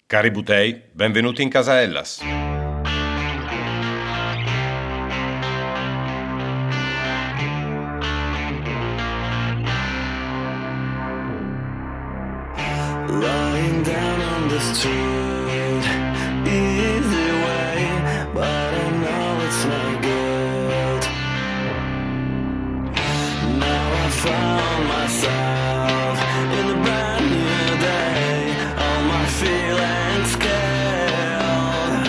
Cari Butei, benvenuti in casa Hellas. Lying down on the street, easy way, but I know it's not good. Now I found myself in a brand new day, all my feelings killed.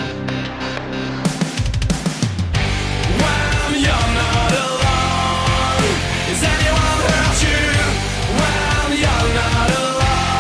When you're not alone, is anyone hurt you? When you're not alone,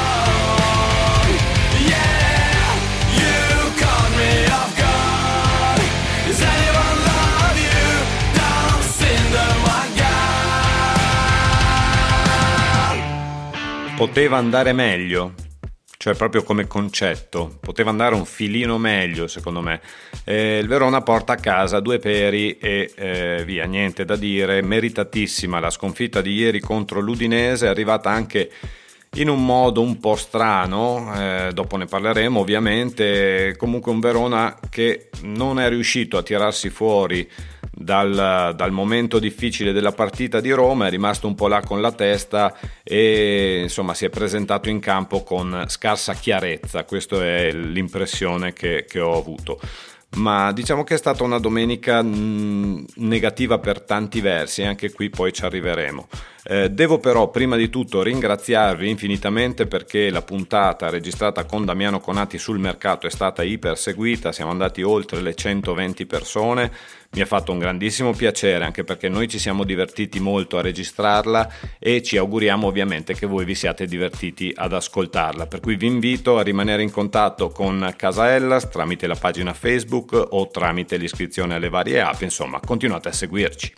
poteva andare meglio, cioè proprio come concetto, poteva andare un filino meglio secondo me. Il Verona porta a casa 2 peri e via, niente da dire, meritatissima la sconfitta di ieri contro l'Udinese, è arrivata anche in un modo un po' strano, dopo ne parleremo ovviamente. Comunque un Verona che non è riuscito a tirarsi fuori dal momento difficile della partita di Roma, è rimasto un po' là con la testa e insomma si è presentato in campo con scarsa chiarezza. Questa è l'impressione che ho avuto. Ma diciamo che è stata una domenica negativa per tanti versi, anche qui poi ci arriveremo. Devo però prima di tutto ringraziarvi infinitamente perché la puntata registrata con Damiano Conati sul mercato è stata iper seguita, siamo andati oltre le 120 persone, mi ha fatto un grandissimo piacere anche perché noi ci siamo divertiti molto a registrarla e ci auguriamo ovviamente che voi vi siate divertiti ad ascoltarla, per cui vi invito a rimanere in contatto con Casa Hellas tramite la pagina Facebook o tramite l'iscrizione alle varie app, insomma continuate a seguirci.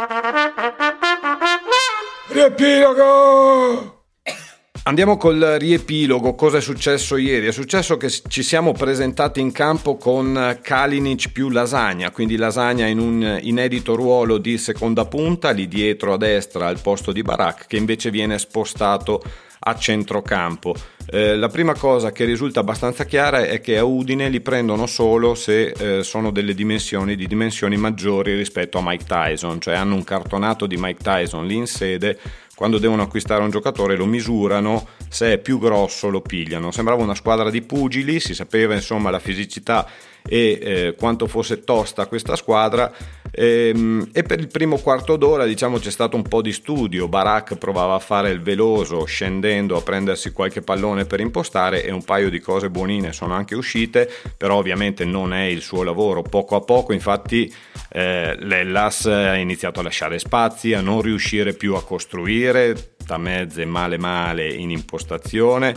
Riepilogo! Andiamo col riepilogo. Cosa è successo ieri? È successo che ci siamo presentati in campo con Kalinic più Lasagna, quindi Lasagna in un inedito ruolo di seconda punta, lì dietro a destra al posto di Barak, che invece viene spostato a centrocampo. La prima cosa che risulta abbastanza chiara è che a Udine li prendono solo se sono delle dimensioni maggiori rispetto a Mike Tyson, cioè hanno un cartonato di Mike Tyson lì in sede, quando devono acquistare un giocatore lo misurano, se è più grosso lo pigliano. Sembrava una squadra di pugili, si sapeva insomma la fisicità e quanto fosse tosta questa squadra, e per il primo quarto d'ora diciamo c'è stato un po' di studio. Barak provava a fare il veloso scendendo a prendersi qualche pallone per impostare e un paio di cose buonine sono anche uscite, però ovviamente non è il suo lavoro. Poco a poco infatti l'Hellas ha iniziato a lasciare spazi, a non riuscire più a costruire, da mezze male in impostazione.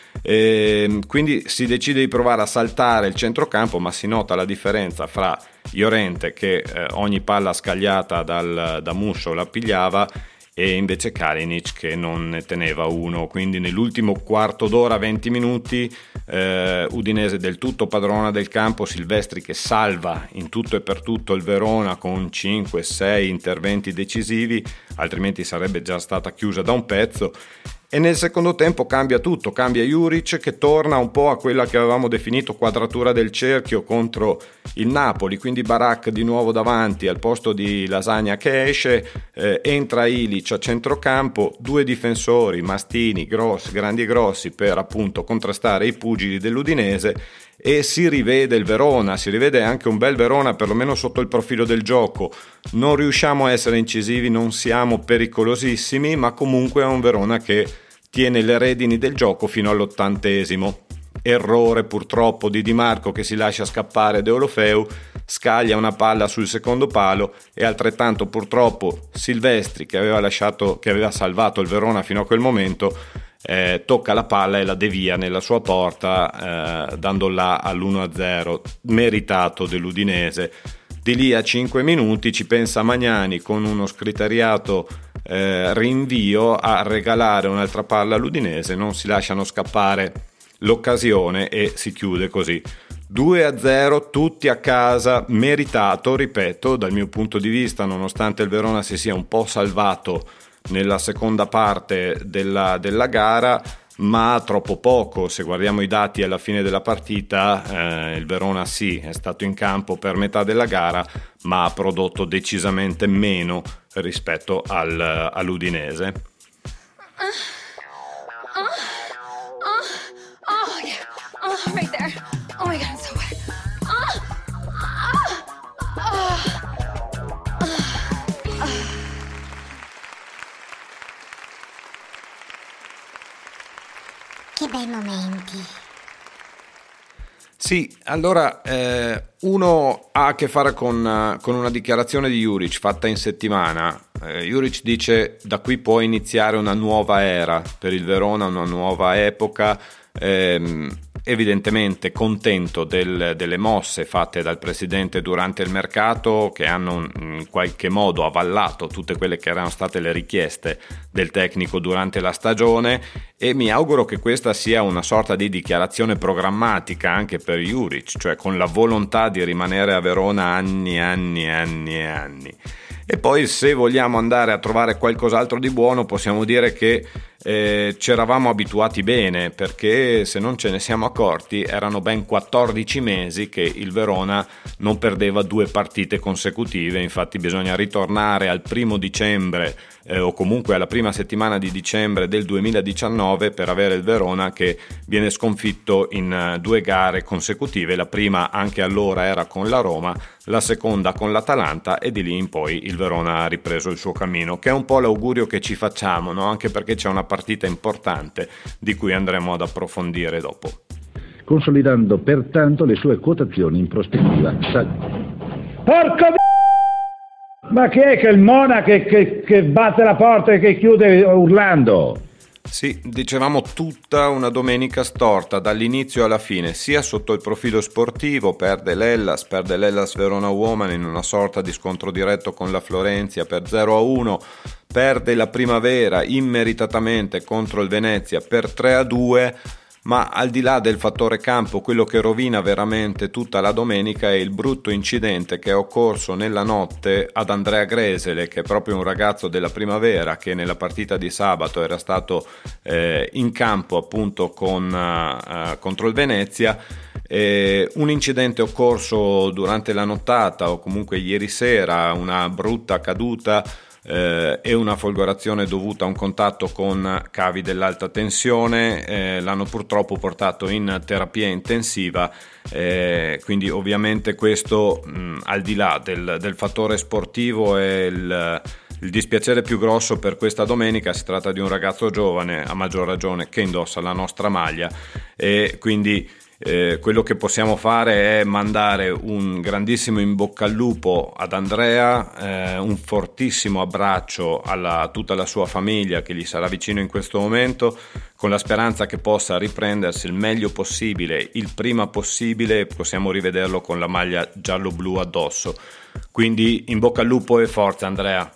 Quindi si decide di provare a saltare il centrocampo, ma si nota la differenza fra Llorente che ogni palla scagliata da Musso la pigliava e invece Kalinic che non ne teneva uno. Quindi nell'ultimo quarto d'ora, 20 minuti, Udinese del tutto padrona del campo, Silvestri che salva in tutto e per tutto il Verona con 5-6 interventi decisivi, altrimenti sarebbe già stata chiusa da un pezzo. E nel secondo tempo cambia tutto, cambia Juric che torna un po' a quella che avevamo definito quadratura del cerchio contro il Napoli, quindi Barak di nuovo davanti al posto di Lasagna che esce, entra Ilic a centrocampo, 2 difensori, Mastini, grandi e grossi per appunto contrastare i pugili dell'Udinese e si rivede il Verona, si rivede anche un bel Verona perlomeno sotto il profilo del gioco. Non riusciamo a essere incisivi, non siamo pericolosissimi, ma comunque è un Verona che tiene le redini del gioco fino all'80°. Errore purtroppo di Di Marco che si lascia scappare Deulofeu, scaglia una palla sul secondo palo e altrettanto purtroppo Silvestri che aveva salvato il Verona fino a quel momento tocca la palla e la devia nella sua porta, dando là all'1-0 meritato dell'Udinese. Di lì a 5 minuti ci pensa Magnani con uno scriteriato rinvio a regalare un'altra palla all'Udinese, non si lasciano scappare l'occasione e si chiude così. 2-0 tutti a casa, meritato, ripeto, dal mio punto di vista, nonostante il Verona si sia un po' salvato nella seconda parte della gara. ma troppo poco. Se guardiamo i dati alla fine della partita, il Verona sì, è stato in campo per metà della gara, ma ha prodotto decisamente meno rispetto all'Udinese. Right there. Oh my God, I'm so wet. Che bei momenti. Sì, allora uno ha a che fare con una dichiarazione di Juric fatta in settimana. Juric dice: da qui può iniziare una nuova era per il Verona, una nuova epoca. Evidentemente contento delle mosse fatte dal presidente durante il mercato, che hanno in qualche modo avallato tutte quelle che erano state le richieste del tecnico durante la stagione, e mi auguro che questa sia una sorta di dichiarazione programmatica anche per Juric, cioè con la volontà di rimanere a Verona anni. E poi, se vogliamo andare a trovare qualcos'altro di buono, possiamo dire che ci eravamo abituati bene, perché se non ce ne siamo accorti erano ben 14 mesi che il Verona non perdeva 2 partite consecutive. Infatti bisogna ritornare al 1° dicembre o comunque alla prima settimana di dicembre del 2019 per avere il Verona che viene sconfitto in 2 gare consecutive. La prima anche allora era con la Roma, la seconda con l'Atalanta, e di lì in poi il Verona ha ripreso il suo cammino, che è un po' l'augurio che ci facciamo, no? Anche perché c'è una partita importante di cui andremo ad approfondire dopo. Consolidando pertanto le sue quotazioni in prospettiva. Porco ma chi è che il Mona che batte la porta e che chiude urlando? Sì, dicevamo tutta una domenica storta dall'inizio alla fine, sia sotto il profilo sportivo. Perde l'Hellas Verona Woman in una sorta di scontro diretto con la Florentia per 0-1, perde la Primavera immeritatamente contro il Venezia per 3-2, ma al di là del fattore campo, quello che rovina veramente tutta la domenica è il brutto incidente che è occorso nella notte ad Andrea Gresele, che è proprio un ragazzo della Primavera che nella partita di sabato era stato in campo appunto contro il Venezia. Un incidente occorso durante la nottata o comunque ieri sera, una brutta caduta e una folgorazione dovuta a un contatto con cavi dell'alta tensione. L'hanno purtroppo portato in terapia intensiva, quindi ovviamente questo al di là del fattore sportivo è il dispiacere più grosso per questa domenica. Si tratta di un ragazzo giovane, a maggior ragione che indossa la nostra maglia, e quindi quello che possiamo fare è mandare un grandissimo in bocca al lupo ad Andrea, un fortissimo abbraccio a tutta la sua famiglia che gli sarà vicino in questo momento, con la speranza che possa riprendersi il meglio possibile, il prima possibile, e possiamo rivederlo con la maglia giallo-blu addosso. Quindi in bocca al lupo e forza Andrea!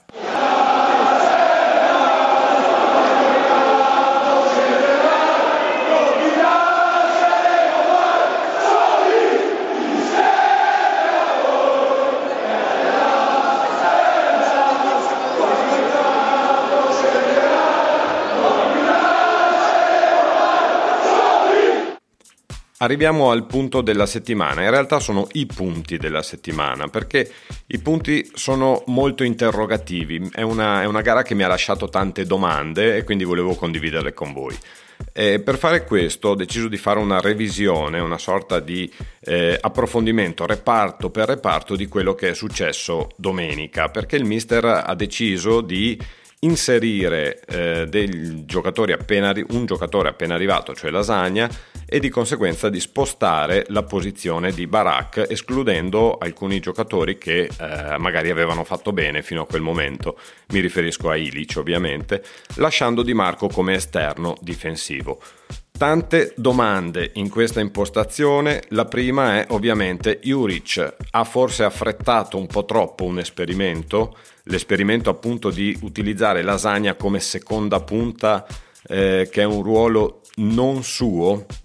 Arriviamo al punto della settimana. In realtà sono i punti della settimana, perché i punti sono molto interrogativi. È una gara che mi ha lasciato tante domande e quindi volevo condividerle con voi. Per fare questo ho deciso di fare una revisione, una sorta di approfondimento reparto per reparto di quello che è successo domenica, perché il mister ha deciso di inserire un giocatore appena arrivato, cioè Lasagna, e di conseguenza di spostare la posizione di Barak, escludendo alcuni giocatori che magari avevano fatto bene fino a quel momento. Mi riferisco a Ilic ovviamente, lasciando Di Marco come esterno difensivo. Tante domande in questa impostazione. La prima è ovviamente: Juric ha forse affrettato un po' troppo un esperimento, l'esperimento appunto di utilizzare Lasagna come seconda punta, che è un ruolo non suo,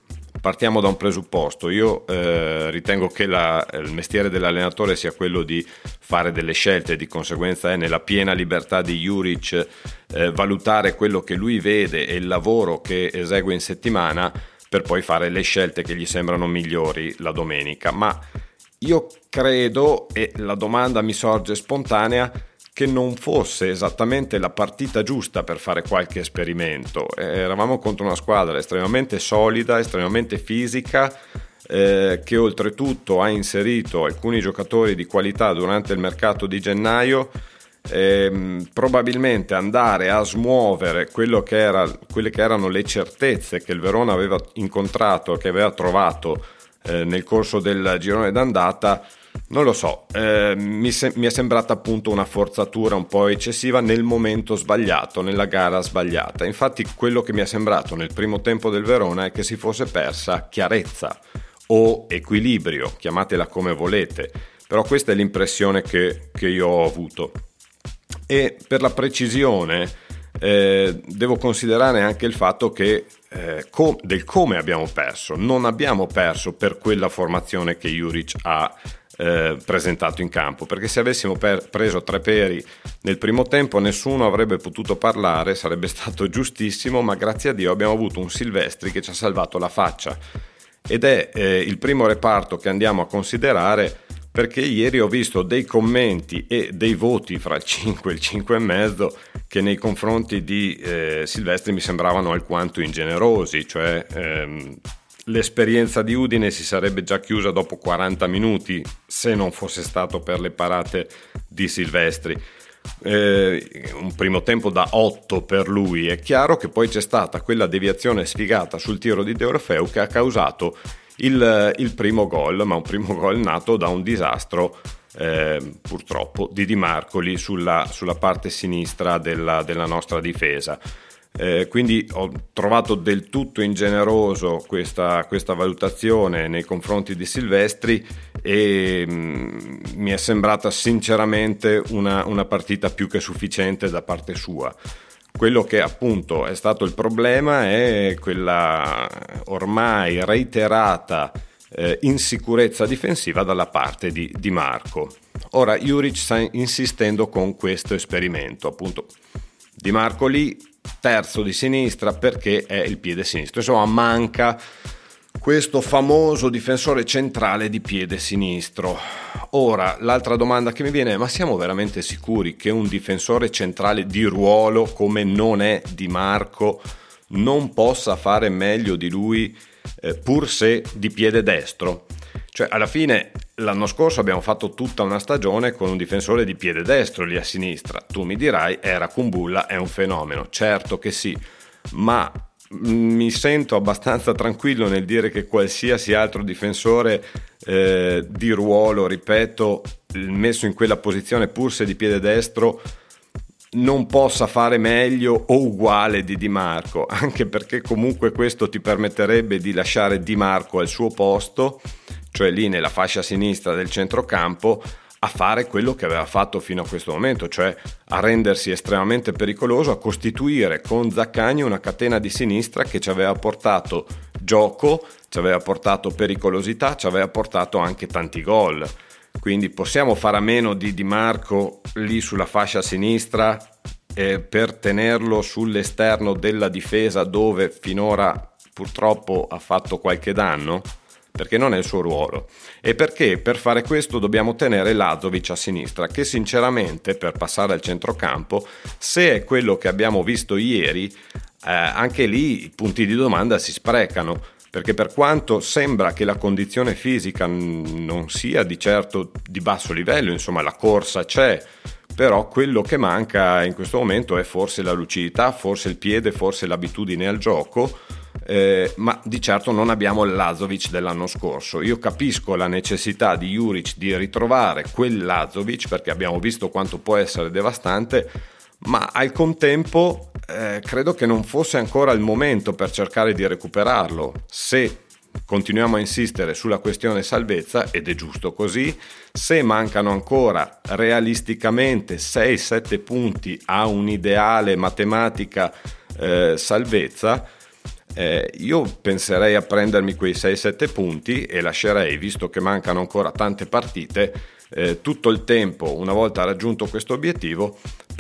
partiamo da un presupposto. Io ritengo che il mestiere dell'allenatore sia quello di fare delle scelte, di conseguenza è nella piena libertà di Juric valutare quello che lui vede e il lavoro che esegue in settimana per poi fare le scelte che gli sembrano migliori la domenica. Ma io credo, e la domanda mi sorge spontanea, che non fosse esattamente la partita giusta per fare qualche esperimento. Eravamo contro una squadra estremamente solida, estremamente fisica, che oltretutto ha inserito alcuni giocatori di qualità durante il mercato di gennaio. Probabilmente andare a smuovere quelle che erano le certezze che il Verona aveva incontrato, che aveva trovato nel corso del girone d'andata, non lo so, mi è sembrata appunto una forzatura un po' eccessiva nel momento sbagliato, nella gara sbagliata. Infatti quello che mi è sembrato nel primo tempo del Verona è che si fosse persa chiarezza o equilibrio, chiamatela come volete, però questa è l'impressione che io ho avuto. E per la precisione devo considerare anche il fatto che del come abbiamo perso. Non abbiamo perso per quella formazione che Juric ha presentato in campo, perché se avessimo preso tre peri nel primo tempo nessuno avrebbe potuto parlare, sarebbe stato giustissimo, ma grazie a Dio abbiamo avuto un Silvestri che ci ha salvato la faccia, ed è il primo reparto che andiamo a considerare, perché ieri ho visto dei commenti e dei voti fra il 5 e il 5,5 che nei confronti di Silvestri mi sembravano alquanto ingenerosi, cioè l'esperienza di Udine si sarebbe già chiusa dopo 40 minuti se non fosse stato per le parate di Silvestri. Un primo tempo da 8 per lui. È chiaro che poi c'è stata quella deviazione sfigata sul tiro di Deulofeu che ha causato il primo gol, ma un primo gol nato da un disastro purtroppo di Di Marcoli sulla parte sinistra della nostra difesa. Quindi ho trovato del tutto ingeneroso questa valutazione nei confronti di Silvestri e mi è sembrata sinceramente una partita più che sufficiente da parte sua. Quello che appunto è stato il problema è quella ormai reiterata insicurezza difensiva dalla parte di Di Marco. Ora Juric sta insistendo con questo esperimento, appunto Di Marco lì terzo di sinistra perché è il piede sinistro, insomma manca questo famoso difensore centrale di piede sinistro. Ora l'altra domanda che mi viene è: ma siamo veramente sicuri che un difensore centrale di ruolo come non è Di Marco non possa fare meglio di lui pur se di piede destro? Cioè alla fine l'anno scorso abbiamo fatto tutta una stagione con un difensore di piede destro lì a sinistra. Tu mi dirai era Kumbulla, è un fenomeno, certo che sì, ma mi sento abbastanza tranquillo nel dire che qualsiasi altro difensore di ruolo, ripeto, messo in quella posizione pur se di piede destro non possa fare meglio o uguale di Di Marco, anche perché comunque questo ti permetterebbe di lasciare Di Marco al suo posto, cioè lì nella fascia sinistra del centrocampo, a fare quello che aveva fatto fino a questo momento, cioè a rendersi estremamente pericoloso, a costituire con Zaccagni una catena di sinistra che ci aveva portato gioco, ci aveva portato pericolosità, ci aveva portato anche tanti gol. Quindi possiamo fare a meno di Di Marco lì sulla fascia sinistra per tenerlo sull'esterno della difesa dove finora purtroppo ha fatto qualche danno? Perché non è il suo ruolo, e perché per fare questo dobbiamo tenere Lazovic a sinistra, che sinceramente per passare al centrocampo, se è quello che abbiamo visto ieri, anche lì i punti di domanda si sprecano, perché per quanto sembra che la condizione fisica non sia di certo di basso livello, insomma la corsa c'è, però quello che manca in questo momento è forse la lucidità, forse il piede, forse l'abitudine al gioco, ma di certo non abbiamo il Lazovic dell'anno scorso. Io capisco la necessità di Juric di ritrovare quel Lazovic perché abbiamo visto quanto può essere devastante, ma al contempo credo che non fosse ancora il momento per cercare di recuperarlo. Se continuiamo a insistere sulla questione salvezza, ed è giusto così, se mancano ancora realisticamente 6-7 punti a un'ideale matematica salvezza, io penserei a prendermi quei 6-7 punti e lascerei, visto che mancano ancora tante partite, tutto il tempo, una volta raggiunto questo obiettivo,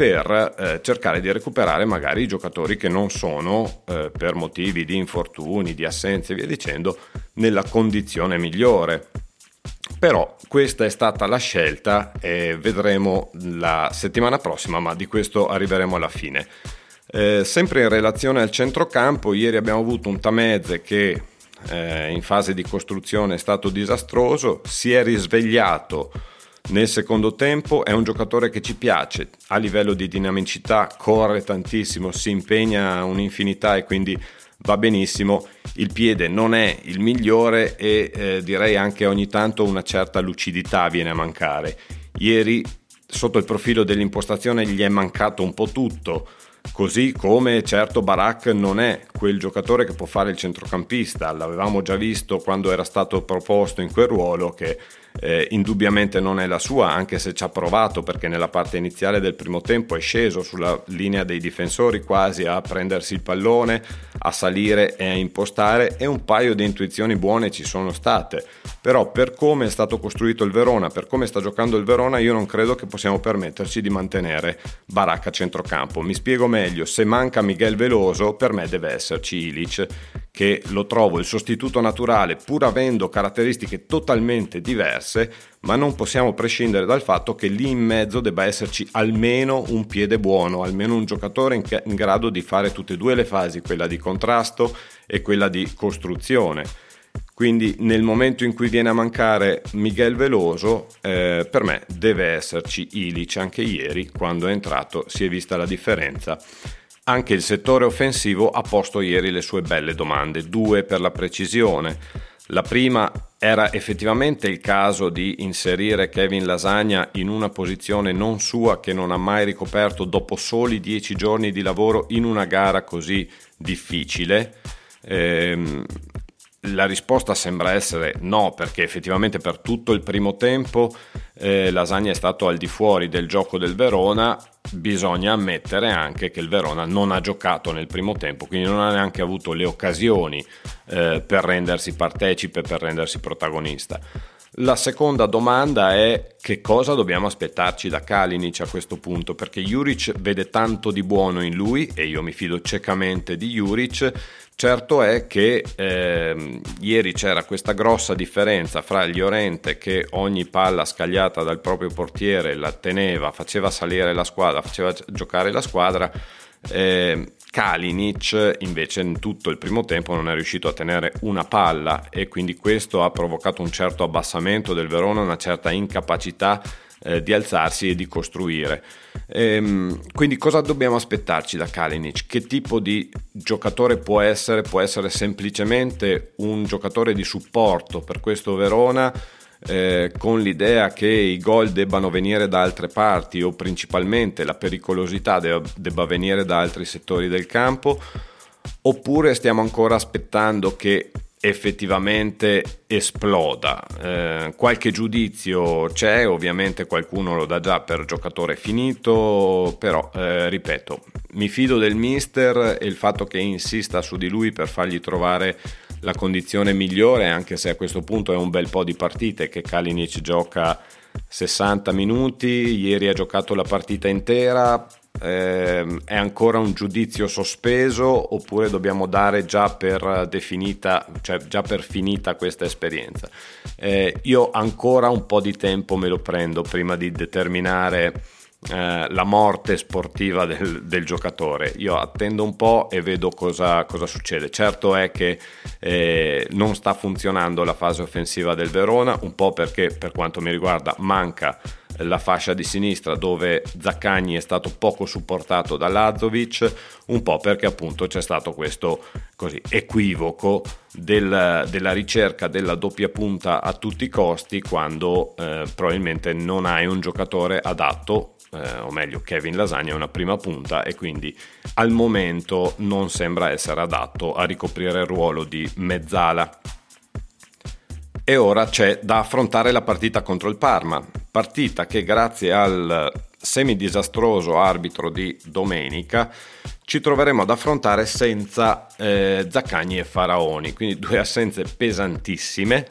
per cercare di recuperare magari i giocatori che non sono, per motivi di infortuni, di assenze e via dicendo, nella condizione migliore. Però questa è stata la scelta e vedremo la settimana prossima, ma di questo arriveremo alla fine. Sempre in relazione al centrocampo, ieri abbiamo avuto un Tameze che in fase di costruzione è stato disastroso, si è risvegliato nel secondo tempo, è un giocatore che ci piace a livello di dinamicità, corre tantissimo, si impegna un'infinità e quindi va benissimo. Il piede non è il migliore e direi anche ogni tanto una certa lucidità viene a mancare. Ieri sotto il profilo dell'impostazione gli è mancato un po' tutto, così come certo Barak non è quel giocatore che può fare il centrocampista, l'avevamo già visto quando era stato proposto in quel ruolo, che indubbiamente non è la sua, anche se ci ha provato, perché nella parte iniziale del primo tempo è sceso sulla linea dei difensori quasi a prendersi il pallone, a salire e a impostare, e un paio di intuizioni buone ci sono state. Però per come è stato costruito il Verona, per come sta giocando il Verona, io non credo che possiamo permetterci di mantenere Barak a centrocampo. Mi spiego meglio: se manca Miguel Veloso, per me deve esserci Ilić, che lo trovo il sostituto naturale, pur avendo caratteristiche totalmente diverse, ma non possiamo prescindere dal fatto che lì in mezzo debba esserci almeno un piede buono, almeno un giocatore in grado di fare tutte e due le fasi, quella di contrasto e quella di costruzione. Quindi nel momento in cui viene a mancare Miguel Veloso, per me deve esserci Ilić. Anche ieri, quando è entrato, si è vista la differenza. Anche il settore offensivo ha posto ieri le sue belle domande, 2 per la precisione. La prima: era effettivamente il caso di inserire Kevin Lasagna in una posizione non sua, che non ha mai ricoperto dopo soli 10 giorni di lavoro in una gara così difficile? La risposta sembra essere no, perché effettivamente per tutto il primo tempo Lasagna è stato al di fuori del gioco del Verona. Bisogna ammettere anche che il Verona non ha giocato nel primo tempo, quindi non ha neanche avuto le occasioni per rendersi partecipe, per rendersi protagonista. La seconda domanda è: che cosa dobbiamo aspettarci da Kalinic a questo punto? Perché Juric vede tanto di buono in lui e io mi fido ciecamente di Juric. Certo è che ieri c'era questa grossa differenza fra Llorente, che ogni palla scagliata dal proprio portiere la teneva, faceva salire la squadra, faceva giocare la squadra. Kalinic invece in tutto il primo tempo non è riuscito a tenere una palla, e quindi questo ha provocato un certo abbassamento del Verona, una certa incapacità di alzarsi e di costruire. Quindi cosa dobbiamo aspettarci da Kalinic? Che tipo di giocatore può essere? Può essere semplicemente un giocatore di supporto per questo Verona, con l'idea che i gol debbano venire da altre parti, o principalmente la pericolosità debba venire da altri settori del campo, oppure stiamo ancora aspettando che effettivamente esploda? Qualche giudizio c'è, ovviamente qualcuno lo dà già per giocatore finito, però ripeto, mi fido del mister e il fatto che insista su di lui per fargli trovare la condizione migliore, anche se a questo punto è un bel po' di partite che Kalinic gioca 60 minuti, ieri ha giocato la partita intera. È ancora un giudizio sospeso, oppure dobbiamo dare già per definita, cioè già per finita questa esperienza? Io ancora un po' di tempo me lo prendo prima di determinare la morte sportiva del giocatore. Io attendo un po' e vedo cosa succede. Certo è che non sta funzionando la fase offensiva del Verona, un po' perché per quanto mi riguarda manca la fascia di sinistra, dove Zaccagni è stato poco supportato da Lazovic, un po' perché appunto c'è stato questo così equivoco della ricerca della doppia punta a tutti i costi, quando probabilmente non hai un giocatore adatto, o meglio Kevin Lasagna è una prima punta e quindi al momento non sembra essere adatto a ricoprire il ruolo di mezzala. E ora c'è da affrontare la partita contro il Parma, partita che grazie al semidisastroso arbitro di domenica, ci troveremo ad affrontare senza Zaccagni e Faraoni, quindi 2 assenze pesantissime,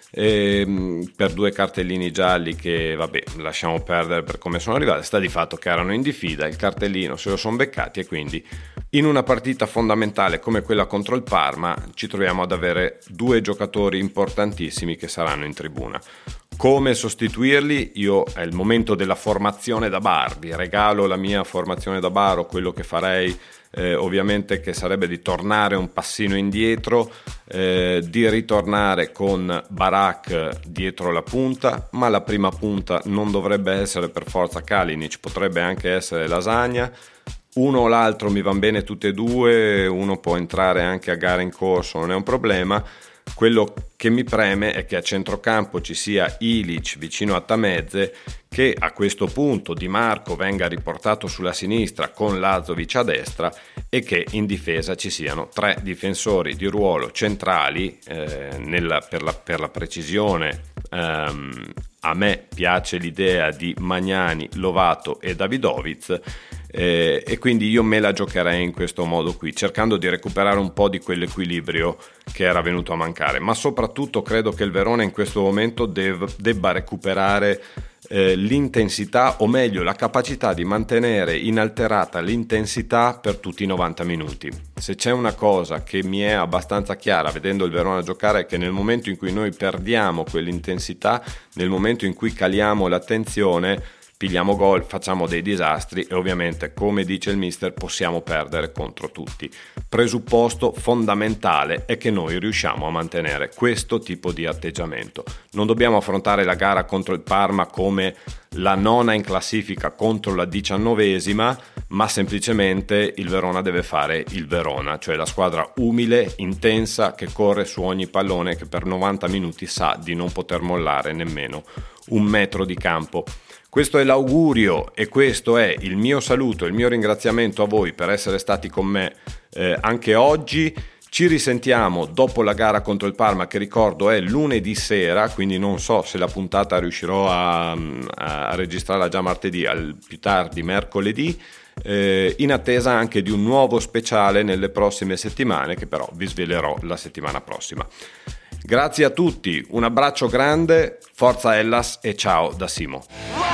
per 2 cartellini gialli che vabbè lasciamo perdere per come sono arrivati. Sta di fatto che erano in diffida, il cartellino se lo sono beccati, e quindi in una partita fondamentale come quella contro il Parma ci troviamo ad avere 2 giocatori importantissimi che saranno in tribuna. Come sostituirli? È il momento della formazione da bar, vi regalo la mia formazione da bar, o quello che farei ovviamente, che sarebbe di tornare un passino indietro, di ritornare con Barak dietro la punta, ma la prima punta non dovrebbe essere per forza Kalinic, potrebbe anche essere Lasagna. Uno o l'altro mi van bene tutte e 2, uno può entrare anche a gara in corso, non è un problema. Quello che mi preme è che a centrocampo ci sia Ilic vicino a Tameze, che a questo punto Di Marco venga riportato sulla sinistra con Lazovic a destra, e che in difesa ci siano 3 difensori di ruolo centrali. Per la precisione, a me piace l'idea di Magnani, Lovato e Davidovic, e quindi io me la giocherei in questo modo qui, cercando di recuperare un po' di quell'equilibrio che era venuto a mancare. Ma soprattutto credo che il Verona in questo momento debba recuperare l'intensità, o meglio la capacità di mantenere inalterata l'intensità per tutti i 90 minuti. Se c'è una cosa che mi è abbastanza chiara vedendo il Verona giocare, è che nel momento in cui noi perdiamo quell'intensità, nel momento in cui caliamo l'attenzione, pigliamo gol, facciamo dei disastri, e ovviamente, come dice il mister, possiamo perdere contro tutti. Presupposto fondamentale è che noi riusciamo a mantenere questo tipo di atteggiamento. Non dobbiamo affrontare la gara contro il Parma come la 9ª in classifica contro la 19ª, ma semplicemente il Verona deve fare il Verona, cioè la squadra umile, intensa, che corre su ogni pallone, che per 90 minuti sa di non poter mollare nemmeno un metro di campo. Questo è l'augurio e questo è il mio saluto, il mio ringraziamento a voi per essere stati con me anche oggi. Ci risentiamo dopo la gara contro il Parma, che ricordo è lunedì sera, quindi non so se la puntata riuscirò a registrarla già martedì, al più tardi mercoledì, in attesa anche di un nuovo speciale nelle prossime settimane, che però vi svelerò la settimana prossima. Grazie a tutti, un abbraccio grande, forza Hellas e ciao da Simo.